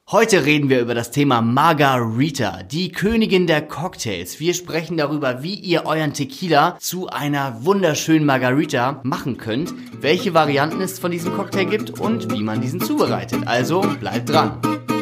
Heute reden wir über das Thema Margarita, die Königin der Cocktails. Wir sprechen darüber, wie ihr euren Tequila zu einer wunderschönen Margarita machen könnt, welche Varianten es von diesem Cocktail gibt und wie man diesen zubereitet. Also bleibt dran.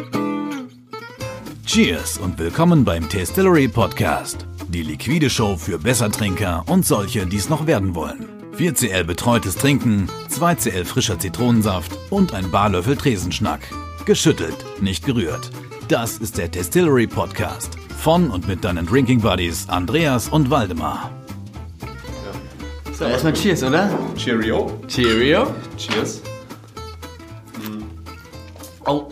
Cheers und willkommen beim Tastillery Podcast. Die liquide Show für Bessertrinker und solche, die es noch werden wollen. 4cl betreutes Trinken, 2cl frischer Zitronensaft und ein Barlöffel Tresenschnack. Geschüttelt, nicht gerührt. Das ist der Tastillery Podcast. Von und mit deinen Drinking Buddies Andreas und Waldemar. So, erstmal Cheers, oder? Cheerio. Cheerio. Cheers. Oh.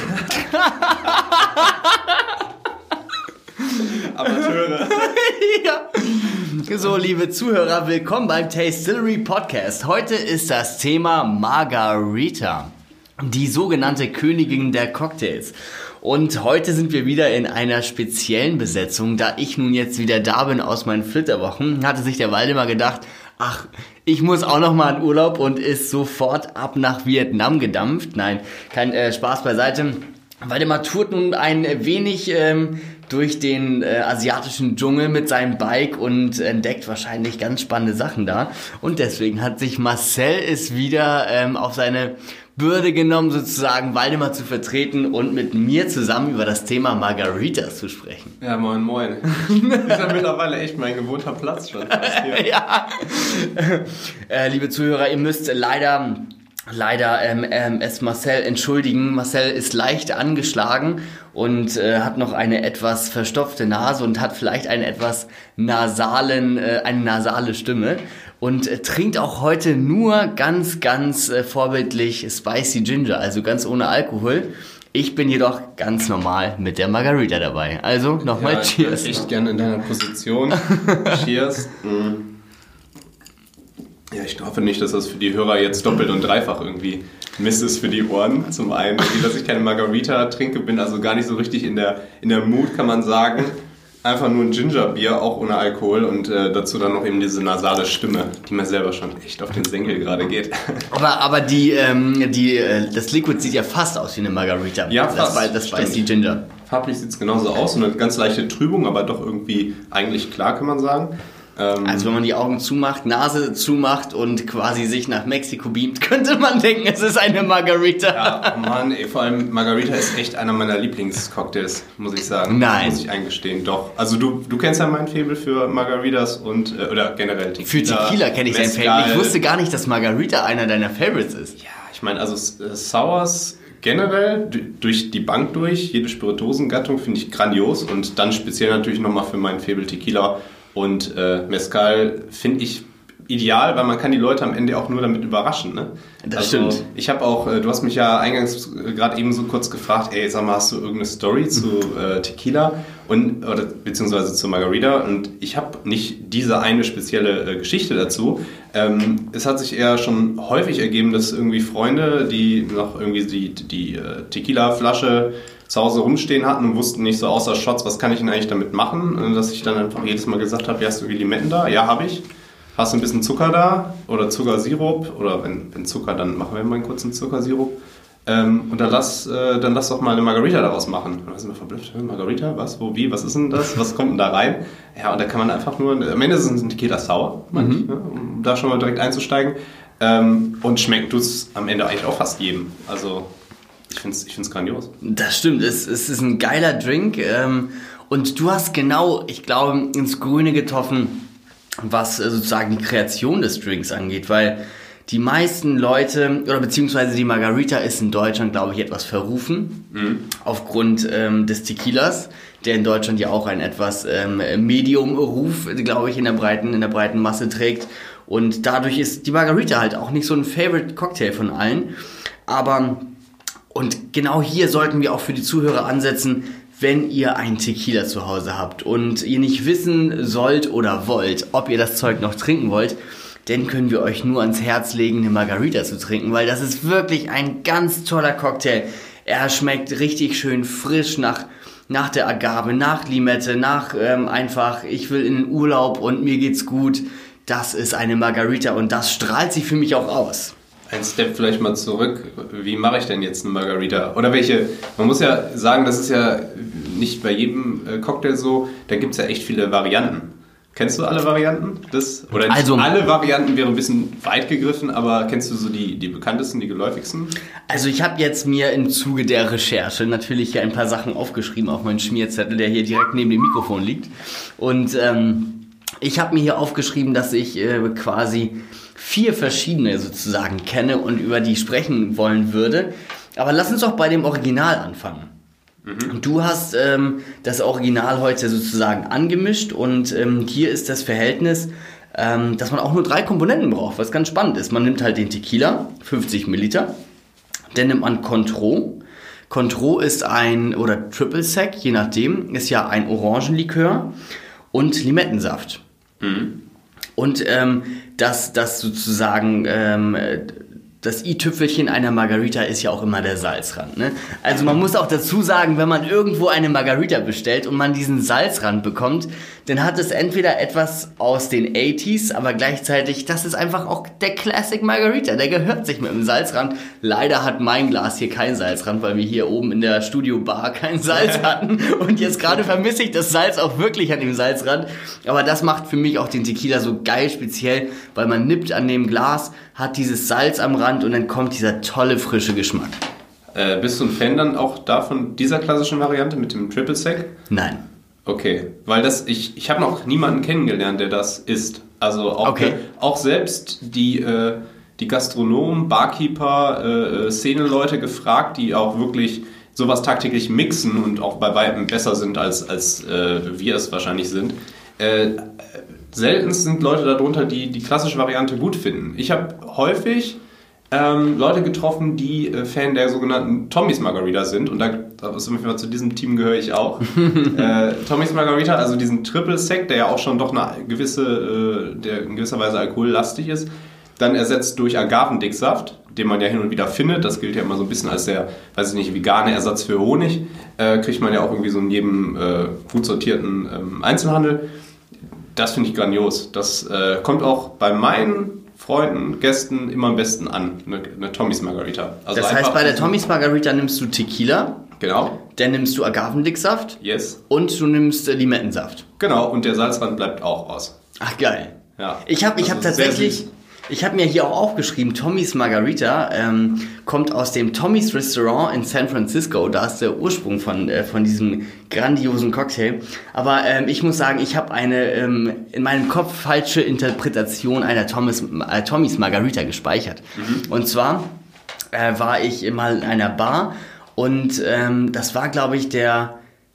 Amateure. Ja. So, liebe Zuhörer, willkommen beim Tastillery Podcast. Heute ist das Thema Margarita, die sogenannte Königin der Cocktails. Und heute sind wir wieder in einer speziellen Besetzung. Da ich nun jetzt wieder da bin aus meinen Flitterwochen, hatte sich der Waldemar gedacht, ach, ich muss auch noch mal in Urlaub und ist sofort ab nach Vietnam gedampft. Nein, kein Spaß beiseite. Waldemar tourt nun ein wenig durch den asiatischen Dschungel mit seinem Bike und entdeckt wahrscheinlich ganz spannende Sachen da. Und deswegen hat sich Marcel es wieder auf seine Bürde genommen, sozusagen Waldemar zu vertreten und mit mir zusammen über das Thema Margaritas zu sprechen. Ja, moin moin. Ist ja mittlerweile echt mein gewohnter Platz schon. Ja. Liebe Zuhörer, ihr müsst leider es Marcel entschuldigen. Marcel ist leicht angeschlagen und hat noch eine etwas verstopfte Nase und hat vielleicht eine etwas eine nasale Stimme und trinkt auch heute nur ganz vorbildlich Spicy Ginger, also ganz ohne Alkohol. Ich bin jedoch ganz normal mit der Margarita dabei. Also nochmal Cheers. Ich bin echt gerne in deiner Position. Cheers. Ja, ich hoffe nicht, dass das für die Hörer jetzt doppelt und dreifach irgendwie Mist ist für die Ohren. Zum einen, dass ich keine Margarita trinke, bin also gar nicht so richtig in der Mood, kann man sagen. Einfach nur ein Gingerbier, auch ohne Alkohol und dazu dann noch eben diese nasale Stimme, die mir selber schon echt auf den Senkel gerade geht. Aber das Liquid sieht ja fast aus wie eine Margarita. Ja, fast. Das Spicy Ginger. Farblich sieht es genauso aus, so eine ganz leichte Trübung, aber doch irgendwie eigentlich klar, kann man sagen. Also wenn man die Augen zumacht, Nase zumacht und quasi sich nach Mexiko beamt, könnte man denken, es ist eine Margarita. Ja, Mann, vor allem Margarita ist echt einer meiner Lieblingscocktails, muss ich sagen. Nein. Muss ich eingestehen, doch. Also du kennst ja mein Faible für Margaritas und, oder generell Tequila. Für Tequila kenne ich dein Faible. Ich wusste gar nicht, dass Margarita einer deiner Favorites ist. Ja, ich meine, also Sours generell, durch die Bank durch, jede Spirituosengattung finde ich grandios und dann speziell natürlich nochmal für meinen Faible Tequila. Und Mezcal finde ich ideal, weil man kann die Leute am Ende auch nur damit überraschen. Ne? Das stimmt. Ich habe auch, du hast mich ja eingangs gerade eben so kurz gefragt, ey, sag mal, hast du irgendeine Story zu Tequila oder beziehungsweise zu Margarita? Und ich habe nicht diese eine spezielle Geschichte dazu. Es hat sich eher schon häufig ergeben, dass irgendwie Freunde, die noch irgendwie die Tequila-Flasche zu Hause rumstehen hatten und wussten nicht so außer Shots, was kann ich denn eigentlich damit machen? Dass ich dann einfach jedes Mal gesagt habe, hast du irgendwie Limetten da? Ja, habe ich. Hast du ein bisschen Zucker da? Oder Zuckersirup? Oder wenn Zucker, dann machen wir mal einen kurzen Zuckersirup. Und dann lass doch mal eine Margarita daraus machen. Und dann sind wir verblüfft. Margarita? Was? Wo? Wie? Was ist denn das? Was kommt denn da rein? Ja, und da kann man einfach nur, am Ende ist es ein Tequila Sour, meine ich, ne? Um da schon mal direkt einzusteigen. Und schmeckt tut's am Ende eigentlich auch fast jedem. Also ich find's grandios. Das stimmt, es ist ein geiler Drink und du hast genau, ich glaube, ins Grüne getroffen, was sozusagen die Kreation des Drinks angeht, weil die meisten Leute, oder beziehungsweise die Margarita ist in Deutschland, glaube ich, etwas verrufen, aufgrund des Tequilas, der in Deutschland ja auch einen etwas Medium-Ruf, glaube ich, in der breiten Masse trägt. Und dadurch ist die Margarita halt auch nicht so ein Favorite-Cocktail von allen, und genau hier sollten wir auch für die Zuhörer ansetzen, wenn ihr einen Tequila zu Hause habt und ihr nicht wissen sollt oder wollt, ob ihr das Zeug noch trinken wollt, dann können wir euch nur ans Herz legen, eine Margarita zu trinken, weil das ist wirklich ein ganz toller Cocktail. Er schmeckt richtig schön frisch nach der Agave, nach Limette, nach einfach, ich will in den Urlaub und mir geht's gut. Das ist eine Margarita und das strahlt sie für mich auch aus. Ein Step vielleicht mal zurück. Wie mache ich denn jetzt eine Margarita? Oder welche? Man muss ja sagen, das ist ja nicht bei jedem Cocktail so. Da gibt es ja echt viele Varianten. Kennst du alle Varianten? Oder nicht also, alle Varianten wäre ein bisschen weit gegriffen, aber kennst du so die bekanntesten, die geläufigsten? Also ich habe jetzt mir im Zuge der Recherche natürlich ein paar Sachen aufgeschrieben auf meinen Schmierzettel, der hier direkt neben dem Mikrofon liegt. Und ich habe mir hier aufgeschrieben, dass ich quasi 4 verschiedene sozusagen kenne und über die sprechen wollen würde. Aber lass uns doch bei dem Original anfangen. Du hast das Original heute sozusagen angemischt und hier ist das Verhältnis, dass man auch nur 3 Komponenten braucht, was ganz spannend ist. Man nimmt halt den Tequila, 50 Milliliter, dann nimmt man Cointreau. Cointreau ist oder Triple Sec, je nachdem, ist ja ein Orangenlikör und Limettensaft. Und das sozusagen... das i-Tüpfelchen einer Margarita ist ja auch immer der Salzrand. Ne? Also man muss auch dazu sagen, wenn man irgendwo eine Margarita bestellt und man diesen Salzrand bekommt, dann hat es entweder etwas aus den 80s, aber gleichzeitig, das ist einfach auch der Classic Margarita, der gehört sich mit dem Salzrand. Leider hat mein Glas hier keinen Salzrand, weil wir hier oben in der Studio-Bar kein Salz hatten und jetzt gerade vermisse ich das Salz auch wirklich an dem Salzrand. Aber das macht für mich auch den Tequila so geil speziell, weil man nippt an dem Glas, hat dieses Salz am Rand und dann kommt dieser tolle, frische Geschmack. Bist du ein Fan dann auch davon, dieser klassischen Variante mit dem Triple Sec? Nein. Okay, weil ich habe noch niemanden kennengelernt, der das isst. Also auch selbst die Gastronomen, Barkeeper, Szeneleute gefragt, die auch wirklich sowas tagtäglich mixen und auch bei weitem besser sind, als wir es wahrscheinlich sind. Selten sind Leute darunter, die klassische Variante gut finden. Ich habe häufig Leute getroffen, die Fan der sogenannten Tommy's Margarita sind. Und zu diesem Team gehöre ich auch. Tommy's Margarita, also diesen Triple Sec, der ja auch schon doch der in gewisser Weise alkohollastig ist, dann ersetzt durch Agavendicksaft, den man ja hin und wieder findet. Das gilt ja immer so ein bisschen als der, weiß ich nicht, vegane Ersatz für Honig. Kriegt man ja auch irgendwie so in jedem gut sortierten Einzelhandel. Das finde ich grandios. Das kommt auch bei meinen Freunden, Gästen immer am besten an, eine Tommy's Margarita. Also das heißt, bei der Tommy's Margarita nimmst du Tequila. Genau. Dann nimmst du Agavendicksaft. Yes. Und du nimmst Limettensaft. Genau, und der Salzrand bleibt auch aus. Ach, geil. Ja. Ich habe tatsächlich... Ich habe mir hier auch aufgeschrieben, Tommy's Margarita kommt aus dem Tommy's Restaurant in San Francisco. Da ist der Ursprung von diesem grandiosen Cocktail. Aber ich muss sagen, ich habe eine in meinem Kopf falsche Interpretation einer Tommy's Margarita gespeichert. Und zwar war ich mal in einer Bar und das war, glaube ich, der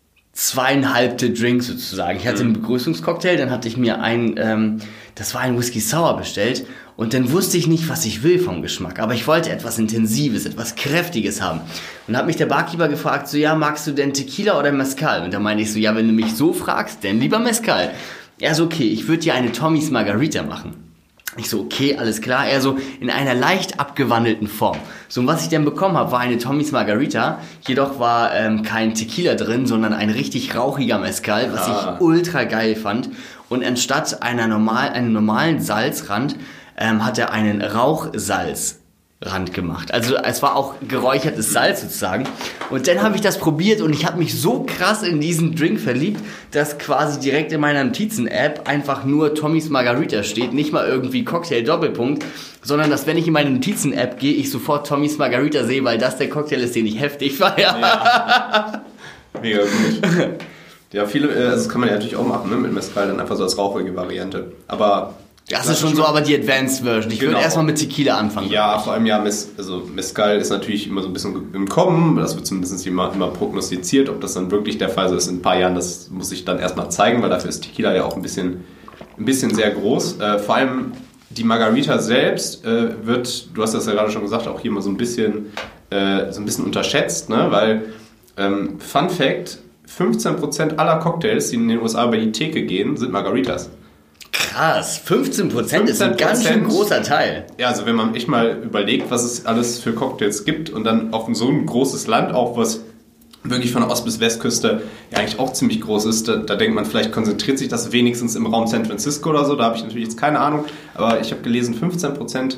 2,5. Drink sozusagen. Ich hatte einen Begrüßungscocktail, dann hatte ich mir das war ein Whisky Sour bestellt und dann wusste ich nicht, was ich will vom Geschmack, aber ich wollte etwas Intensives, etwas Kräftiges haben. Und dann hat mich der Barkeeper gefragt, so, ja, magst du denn Tequila oder Mezcal? Und da meinte ich so, ja, wenn du mich so fragst, dann lieber Mezcal. Er so, okay, ich würde dir eine Tommy's Margarita machen. Ich so, okay, alles klar. Er so, in einer leicht abgewandelten Form. So, und was ich dann bekommen habe, war eine Tommy's Margarita. Jedoch war kein Tequila drin, sondern ein richtig rauchiger Mezcal, was ich ultra geil fand. Und anstatt einem normalen Salzrand hat er einen Rauchsalzrand gemacht. Also es war auch geräuchertes Salz sozusagen. Und dann habe ich das probiert und ich habe mich so krass in diesen Drink verliebt, dass quasi direkt in meiner Notizen-App einfach nur Tommy's Margarita steht. Nicht mal irgendwie Cocktail Doppelpunkt, sondern dass, wenn ich in meine Notizen-App gehe, ich sofort Tommy's Margarita sehe, weil das der Cocktail ist, den ich heftig feiere. Ja. Mega gut. Ja, das kann man ja natürlich auch machen, ne? Mit Mezcal, dann einfach so als rauchige Variante. Aber das ist schon so, aber die Advanced Version. Ich würde erstmal mit Tequila anfangen. Ja, vor allem Mezcal ist natürlich immer so ein bisschen im Kommen. Das wird zumindest immer prognostiziert. Ob das dann wirklich der Fall ist in ein paar Jahren, das muss ich dann erstmal zeigen, weil dafür ist Tequila ja auch ein bisschen sehr groß. Vor allem die Margarita selbst wird, du hast das ja gerade schon gesagt, auch hier mal so ein bisschen unterschätzt, ne? Weil, Fun Fact, 15% aller Cocktails, die in den USA über die Theke gehen, sind Margaritas. Krass, 15% ist ein ganz schön großer Teil. Ja, also wenn man echt mal überlegt, was es alles für Cocktails gibt und dann auf so ein großes Land, auch was wirklich von der Ost- bis Westküste ja eigentlich auch ziemlich groß ist, da denkt man, vielleicht konzentriert sich das wenigstens im Raum San Francisco oder so, da habe ich natürlich jetzt keine Ahnung, aber ich habe gelesen, 15%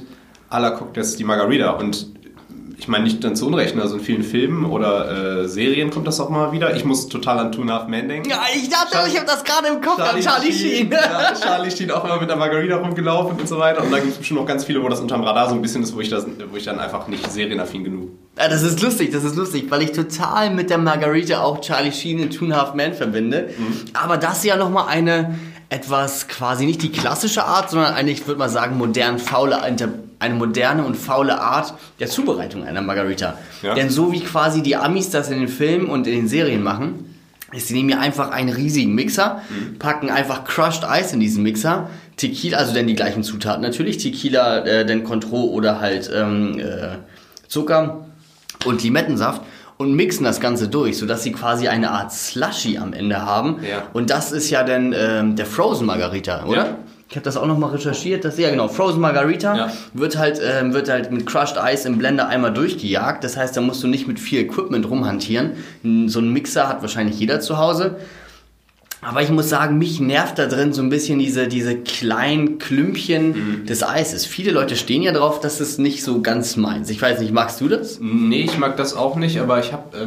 aller Cocktails die Margarita. Und ich meine, nicht dann zu Unrecht, also in vielen Filmen oder Serien kommt das auch mal wieder. Ich muss total an Two and a Half Men denken. Ja, ich dachte, ich habe das gerade im Kopf, an Charlie Sheen. Ja, Charlie Sheen auch immer mit der Margarita rumgelaufen und so weiter. Und da gibt es bestimmt noch ganz viele, wo das unterm Radar so ein bisschen ist, wo ich dann einfach nicht serienaffin genug. Ja, das ist lustig, weil ich total mit der Margarita auch Charlie Sheen in Two and a Half Men verbinde. Aber das ist ja nochmal eine etwas quasi nicht die klassische Art, sondern eigentlich, ich würde mal sagen, eine moderne und faule Art der Zubereitung einer Margarita. Ja. Denn so wie quasi die Amis das in den Filmen und in den Serien machen, ist, sie nehmen ja einfach einen riesigen Mixer, packen einfach Crushed Ice in diesen Mixer, Tequila, also dann die gleichen Zutaten natürlich, Tequila, dann Cointreau oder halt Zucker und Limettensaft und mixen das Ganze durch, sodass sie quasi eine Art Slushy am Ende haben. Ja. Und das ist ja dann der Frozen Margarita, oder? Ja. Ich habe das auch nochmal recherchiert. Frozen Margarita wird halt mit Crushed Ice im Blender einmal durchgejagt. Das heißt, da musst du nicht mit viel Equipment rumhantieren. So einen Mixer hat wahrscheinlich jeder zu Hause. Aber ich muss sagen, mich nervt da drin so ein bisschen diese kleinen Klümpchen des Eises. Viele Leute stehen ja drauf, dass es nicht so ganz meins. Ich weiß nicht, magst du das? Nee, ich mag das auch nicht, aber ich habe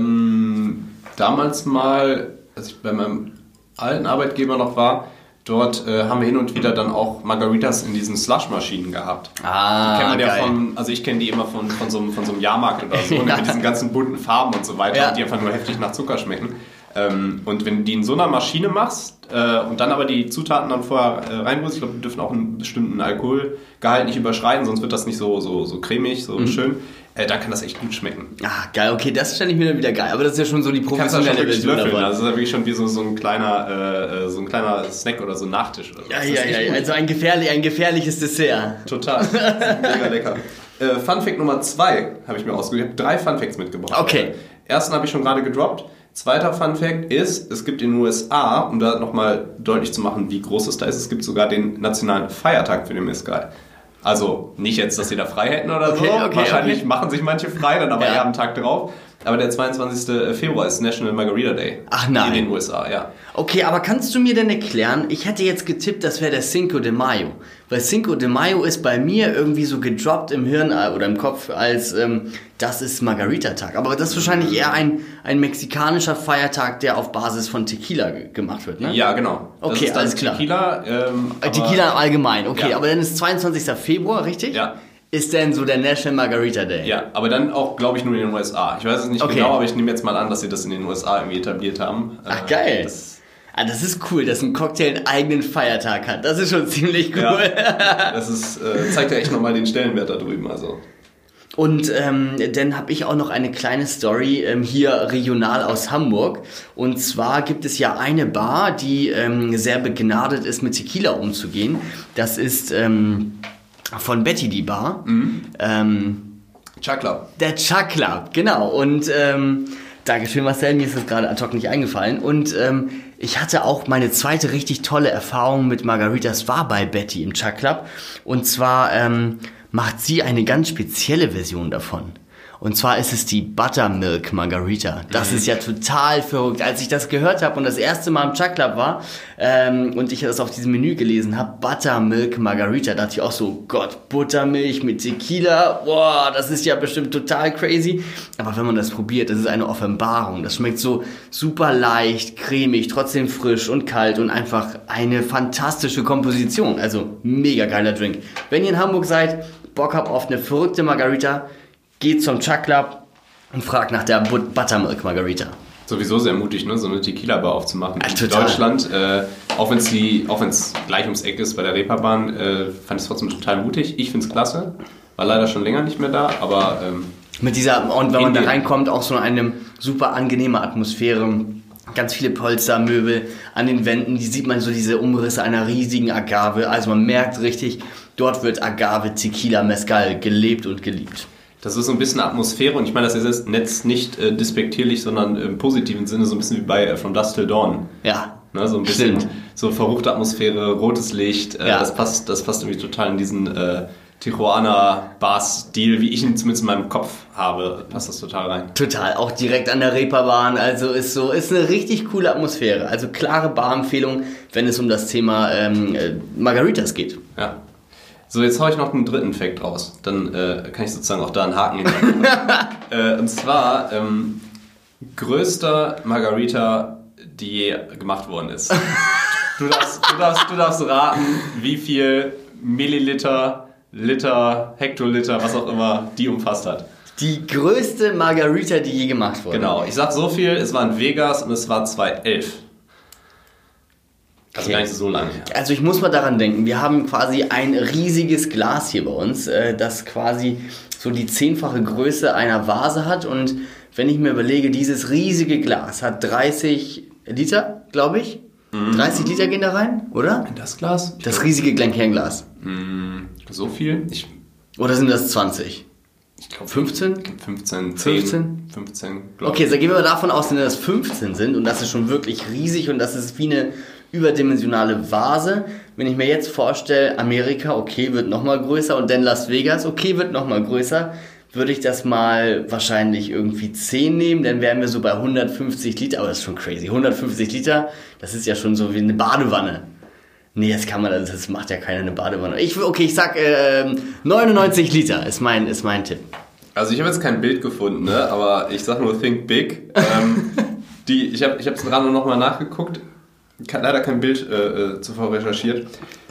damals mal, als ich bei meinem alten Arbeitgeber noch war, dort haben wir hin und wieder dann auch Margaritas in diesen Slush-Maschinen gehabt. Ah, die kennt man geil. Also ich kenne die immer von so einem Jahrmarkt oder so, mit diesen ganzen bunten Farben und so weiter, die einfach nur heftig nach Zucker schmecken. Und wenn du die in so einer Maschine machst und dann aber die Zutaten dann vorher reinrührst, ich glaube, die dürfen auch einen bestimmten Alkoholgehalt nicht überschreiten, sonst wird das nicht so cremig, so schön. Dann kann das echt gut schmecken. Ah, geil, okay, das stelle ich mir dann wieder geil. Aber das ist ja schon so die professionelle Version davon. Das ist ja wirklich schon wie so ein kleiner Snack oder so ein Nachtisch. Oder so. Ja, also ein gefährliches Dessert. Total, mega lecker. Funfact Nummer 2 habe ich mir ausgesucht. Ich habe 3 Funfacts mitgebracht. Okay. Ersten habe ich schon gerade gedroppt. Zweiter Funfact ist, es gibt in den USA, um da nochmal deutlich zu machen, wie groß es da ist, es gibt sogar den nationalen Feiertag für den Mezcal. Also nicht jetzt, dass sie da frei hätten oder so. Wahrscheinlich machen sich manche frei, dann aber eher am Tag drauf. Aber der 22. Februar ist National Margarita Day. Ach nein. In den USA, ja. Okay, aber kannst du mir denn erklären, ich hätte jetzt getippt, das wäre der Cinco de Mayo. Weil Cinco de Mayo ist bei mir irgendwie so gedroppt im Hirn oder im Kopf als, das ist Margarita-Tag. Aber das ist wahrscheinlich eher ein mexikanischer Feiertag, der auf Basis von Tequila gemacht wird, ne? Ja, genau. Okay, das ist alles klar. Tequila. Tequila allgemein, okay. Ja. Aber dann ist 22. Februar, richtig? Ja. Ist denn so der National Margarita Day? Ja, aber dann auch, glaube ich, nur in den USA. Ich weiß es nicht genau, aber ich nehme jetzt mal an, dass sie das in den USA irgendwie etabliert haben. Ach, geil. Das ist cool, dass ein Cocktail einen eigenen Feiertag hat. Das ist schon ziemlich cool. Ja, das ist, zeigt ja echt nochmal den Stellenwert da drüben. Also. Und dann habe ich auch noch eine kleine Story hier regional aus Hamburg. Und zwar gibt es ja eine Bar, die sehr begnadet ist, mit Tequila umzugehen. Das ist von Betty die Bar. Chuck Club. Der Chuck Club, genau. Und Dankeschön, Marcel, mir ist das gerade ad hoc nicht eingefallen. Und ich hatte auch meine zweite richtig tolle Erfahrung mit Margaritas war bei Betty im Chuck Club. Und zwar macht sie eine ganz spezielle Version davon. Und zwar ist es die Buttermilk Margarita. Das ist ja total verrückt. Als ich das gehört habe und das erste Mal im Chuck Club war und ich das auf diesem Menü gelesen habe, Buttermilk Margarita, dachte ich auch so, Gott, Buttermilch mit Tequila, boah, das ist ja bestimmt total crazy. Aber wenn man das probiert, das ist eine Offenbarung. Das schmeckt so super leicht, cremig, trotzdem frisch und kalt und einfach eine fantastische Komposition. Also mega geiler Drink. Wenn ihr in Hamburg seid, Bock habt auf eine verrückte Margarita, geht zum Chuck Club und fragt nach der Buttermilk Margarita. Sowieso sehr mutig, ne? So eine Tequila-Bar aufzumachen. Ja, in Deutschland, auch wenn es gleich ums Eck ist bei der Reeperbahn, fand ich es trotzdem total mutig. Ich finde es klasse. War leider schon länger nicht mehr da, aber... mit dieser, und wenn man da reinkommt, auch so eine super angenehme Atmosphäre. Ganz viele Polstermöbel an den Wänden, die sieht man so diese Umrisse einer riesigen Agave. Also man merkt richtig, dort wird Agave, Tequila, Mezcal gelebt und geliebt. Das ist so ein bisschen Atmosphäre und ich meine, das ist jetzt nicht despektierlich, sondern im positiven Sinne so ein bisschen wie bei From Dusk Till Dawn. Ja, ne, so ein bisschen so verruchte Atmosphäre, rotes Licht, das passt irgendwie total in diesen Tijuana-Bar-Stil, wie ich ihn zumindest in meinem Kopf habe, passt das total rein. Total, auch direkt an der Reeperbahn, also ist eine richtig coole Atmosphäre, also klare Barempfehlung, wenn es um das Thema Margaritas geht. Ja. So, jetzt hau ich noch einen dritten Fact raus. Dann kann ich sozusagen auch da einen Haken hinterher. Und zwar, größter Margarita, die gemacht worden ist. Du darfst raten, wie viel Milliliter, Liter, Hektoliter, was auch immer, die umfasst hat. Die größte Margarita, die je gemacht wurde. Genau, ich sag so viel, es war in Vegas und es war 2011. Also Okay. gar nicht so lange her. Also ich muss mal daran denken, wir haben quasi ein riesiges Glas hier bei uns, das quasi so die 10-fache Größe einer Vase hat. Und wenn ich mir überlege, dieses riesige Glas hat 30 Liter, glaube ich. 30 Liter gehen da rein, oder? In das Glas? Das riesige Glencairn-Glas. So viel? Oder sind das 20? Ich glaube 15? 15, 15? 15, glaube Okay, so gehen wir mal davon aus, dass das 15 sind und das ist schon wirklich riesig und das ist wie eine überdimensionale Vase. Wenn ich mir jetzt vorstelle, Amerika, okay, wird nochmal größer und dann Las Vegas, okay, wird nochmal größer, würde ich das mal wahrscheinlich irgendwie 10 nehmen, dann wären wir so bei 150 Liter, aber das ist schon crazy. 150 Liter, das ist ja schon so wie eine Badewanne. Nee, das macht ja keiner eine Badewanne. Ich sag 99 Liter ist mein Tipp. Also ich habe jetzt kein Bild gefunden, ne? Aber ich sag nur Think Big. Ich habe es gerade noch mal nachgeguckt. Leider kein Bild zuvor recherchiert.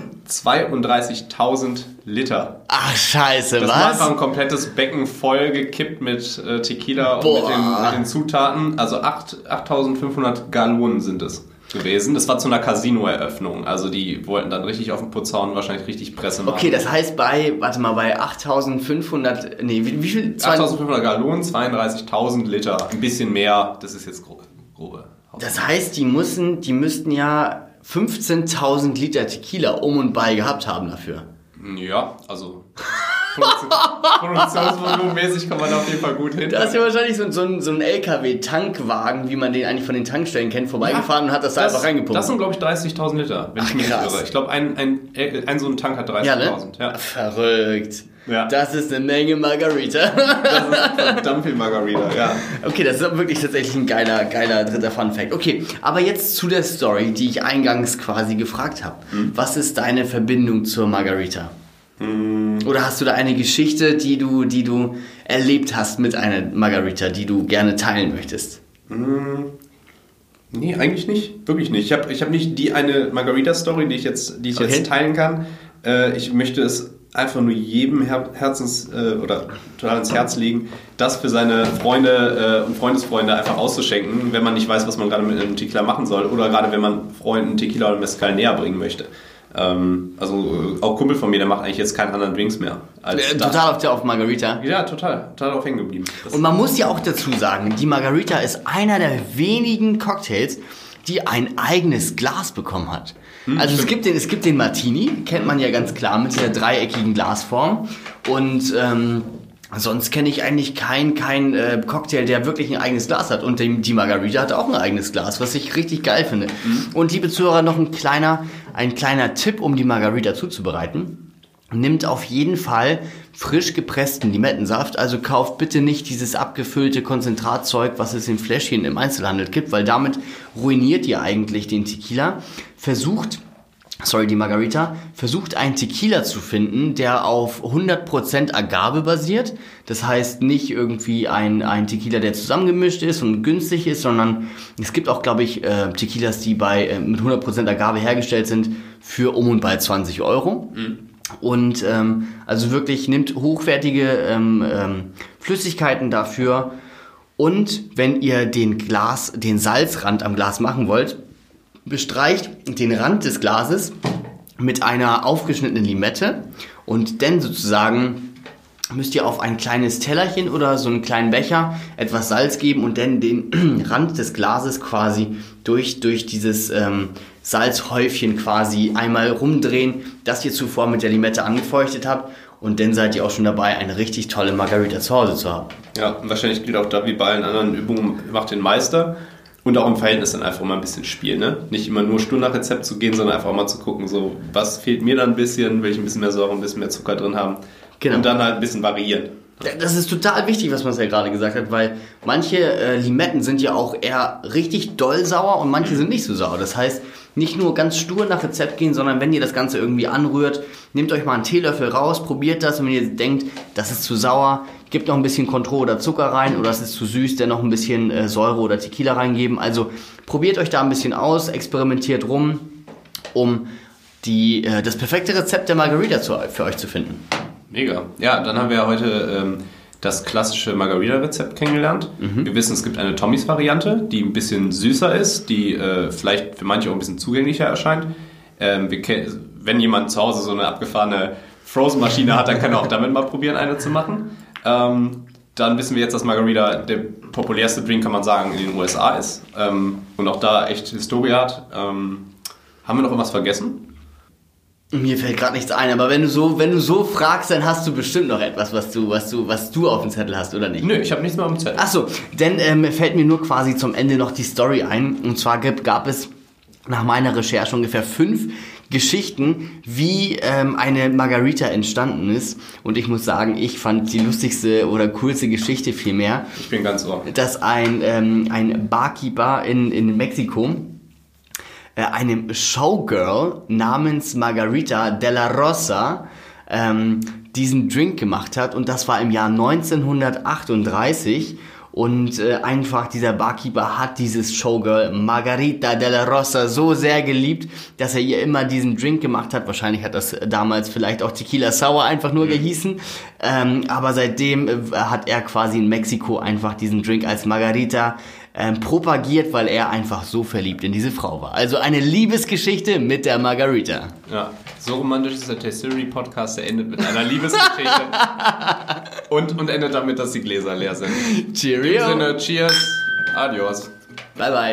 32.000 Liter. Ach scheiße, Das war was? einfach ein komplettes Becken voll gekippt mit Tequila und mit den Zutaten. Also 8.500 Gallonen sind es gewesen. Das war zu einer Casino-Eröffnung. Also die wollten dann richtig auf den Putz hauen, wahrscheinlich richtig Presse machen. Okay, das heißt bei 8.500, nee, wie viel? 8.500 Gallonen, 32.000 Liter. Ein bisschen mehr, das ist jetzt grobe. Das heißt, die müssten ja 15.000 Liter Tequila um und bei gehabt haben dafür. Ja, also produktionsvolumenmäßig kommt man da auf jeden Fall gut hin. Da ist ja wahrscheinlich so ein LKW-Tankwagen, wie man den eigentlich von den Tankstellen kennt, vorbeigefahren und hat das da einfach reingepumpt. Das sind, glaube ich, 30.000 Liter, wenn ich mich nicht irre. Ich glaube, ein so ein Tank hat 30.000. Ja, ne? Ja. Verrückt. Ja. Das ist eine Menge Margarita. Das ist verdammt viel Margarita, ja. Okay, das ist wirklich tatsächlich ein geiler dritter Fun-Fact. Okay, aber jetzt zu der Story, die ich eingangs quasi gefragt habe. Was ist deine Verbindung zur Margarita? Oder hast du da eine Geschichte, die du erlebt hast mit einer Margarita, die du gerne teilen möchtest? Nee, eigentlich nicht. Wirklich nicht. Ich hab nicht die eine Margarita-Story, die ich jetzt teilen kann. Ich möchte es einfach nur jedem total ins Herz legen, das für seine Freunde und Freundesfreunde einfach auszuschenken, wenn man nicht weiß, was man gerade mit einem Tequila machen soll oder gerade wenn man Freunden Tequila oder Mezcal näher bringen möchte. Also auch Kumpel von mir, der macht eigentlich jetzt keinen anderen Drinks mehr. Total auf Margarita. Ja, total drauf hängen geblieben. Und man muss ja auch dazu sagen, die Margarita ist einer der wenigen Cocktails, die ein eigenes Glas bekommen hat. Also es gibt den Martini, kennt man ja ganz klar mit der dreieckigen Glasform. Und sonst kenne ich eigentlich keinen Cocktail, der wirklich ein eigenes Glas hat. Und die Margarita hat auch ein eigenes Glas, was ich richtig geil finde. Und liebe Zuhörer, noch ein kleiner Tipp, um die Margarita zuzubereiten. Nimmt auf jeden Fall frisch gepressten Limettensaft. Also kauft bitte nicht dieses abgefüllte Konzentratzeug, was es in Fläschchen im Einzelhandel gibt, weil damit ruiniert ihr eigentlich den Tequila. Die Margarita, versucht einen Tequila zu finden, der auf 100% Agave basiert. Das heißt nicht irgendwie ein Tequila, der zusammengemischt ist und günstig ist, sondern es gibt auch, glaube ich, Tequilas, die mit 100% Agave hergestellt sind für um und bei 20 €. Und also wirklich nimmt hochwertige Flüssigkeiten dafür. Und wenn ihr den Salzrand am Glas machen wollt, bestreicht den Rand des Glases mit einer aufgeschnittenen Limette und dann sozusagen müsst ihr auf ein kleines Tellerchen oder so einen kleinen Becher etwas Salz geben und dann den Rand des Glases quasi durch dieses Salzhäufchen quasi einmal rumdrehen, das ihr zuvor mit der Limette angefeuchtet habt. Und dann seid ihr auch schon dabei, eine richtig tolle Margarita zu Hause zu haben. Ja, und wahrscheinlich gilt auch da wie bei allen anderen Übungen, macht den Meister. Und auch im Verhältnis dann einfach mal ein bisschen spielen, ne? Nicht immer nur stur nach Rezept zu gehen, sondern einfach mal zu gucken, so, was fehlt mir dann ein bisschen, will ich ein bisschen mehr Säure, ein bisschen mehr Zucker drin haben. Genau. Und dann halt ein bisschen variieren. Das ist total wichtig, was man ja gerade gesagt hat, weil manche Limetten sind ja auch eher richtig doll sauer und manche sind nicht so sauer. Das heißt, nicht nur ganz stur nach Rezept gehen, sondern wenn ihr das Ganze irgendwie anrührt, nehmt euch mal einen Teelöffel raus, probiert das und wenn ihr denkt, das ist zu sauer, gebt noch ein bisschen Cointreau oder Zucker rein oder es ist zu süß, dann noch ein bisschen Säure oder Tequila reingeben. Also probiert euch da ein bisschen aus, experimentiert rum, um das perfekte Rezept der Margarita für euch zu finden. Mega. Ja, dann haben wir ja heute das klassische Margarita-Rezept kennengelernt. Wir wissen, es gibt eine Tommys-Variante, die ein bisschen süßer ist, die vielleicht für manche auch ein bisschen zugänglicher erscheint. Wenn jemand zu Hause so eine abgefahrene Frozen-Maschine hat, dann kann er auch damit mal probieren, eine zu machen. Dann wissen wir jetzt, dass Margarita der populärste Drink, kann man sagen, in den USA ist und auch da echt Historie hat. Haben wir noch irgendwas vergessen? Mir fällt gerade nichts ein, aber wenn du so fragst, dann hast du bestimmt noch etwas, was du auf dem Zettel hast, oder nicht? Nö, ich habe nichts mehr auf dem Zettel. Achso, dann fällt mir nur quasi zum Ende noch die Story ein. Und zwar gab es nach meiner Recherche ungefähr 5 Geschichten, wie eine Margarita entstanden ist. Und ich muss sagen, ich fand die lustigste oder coolste Geschichte vielmehr. Ich bin ganz ohr. Dass ein Barkeeper in Mexiko einem Showgirl namens Margarita de la Rosa diesen Drink gemacht hat und das war im Jahr 1938 und einfach dieser Barkeeper hat dieses Showgirl Margarita de la Rosa so sehr geliebt, dass er ihr immer diesen Drink gemacht hat. Wahrscheinlich hat das damals vielleicht auch Tequila Sour einfach nur gehießen, aber seitdem hat er quasi in Mexiko einfach diesen Drink als Margarita propagiert, weil er einfach so verliebt in diese Frau war. Also eine Liebesgeschichte mit der Margarita. Ja, so romantisch ist der Tastillery Podcast, der endet mit einer Liebesgeschichte und endet damit, dass die Gläser leer sind. Cheerio. In dem Sinne, cheers, adios. Bye bye.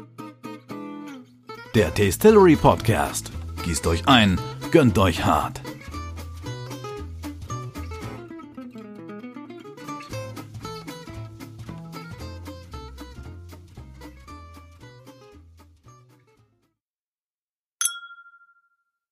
Der Tastillery Podcast. Gießt euch ein, gönnt euch hart.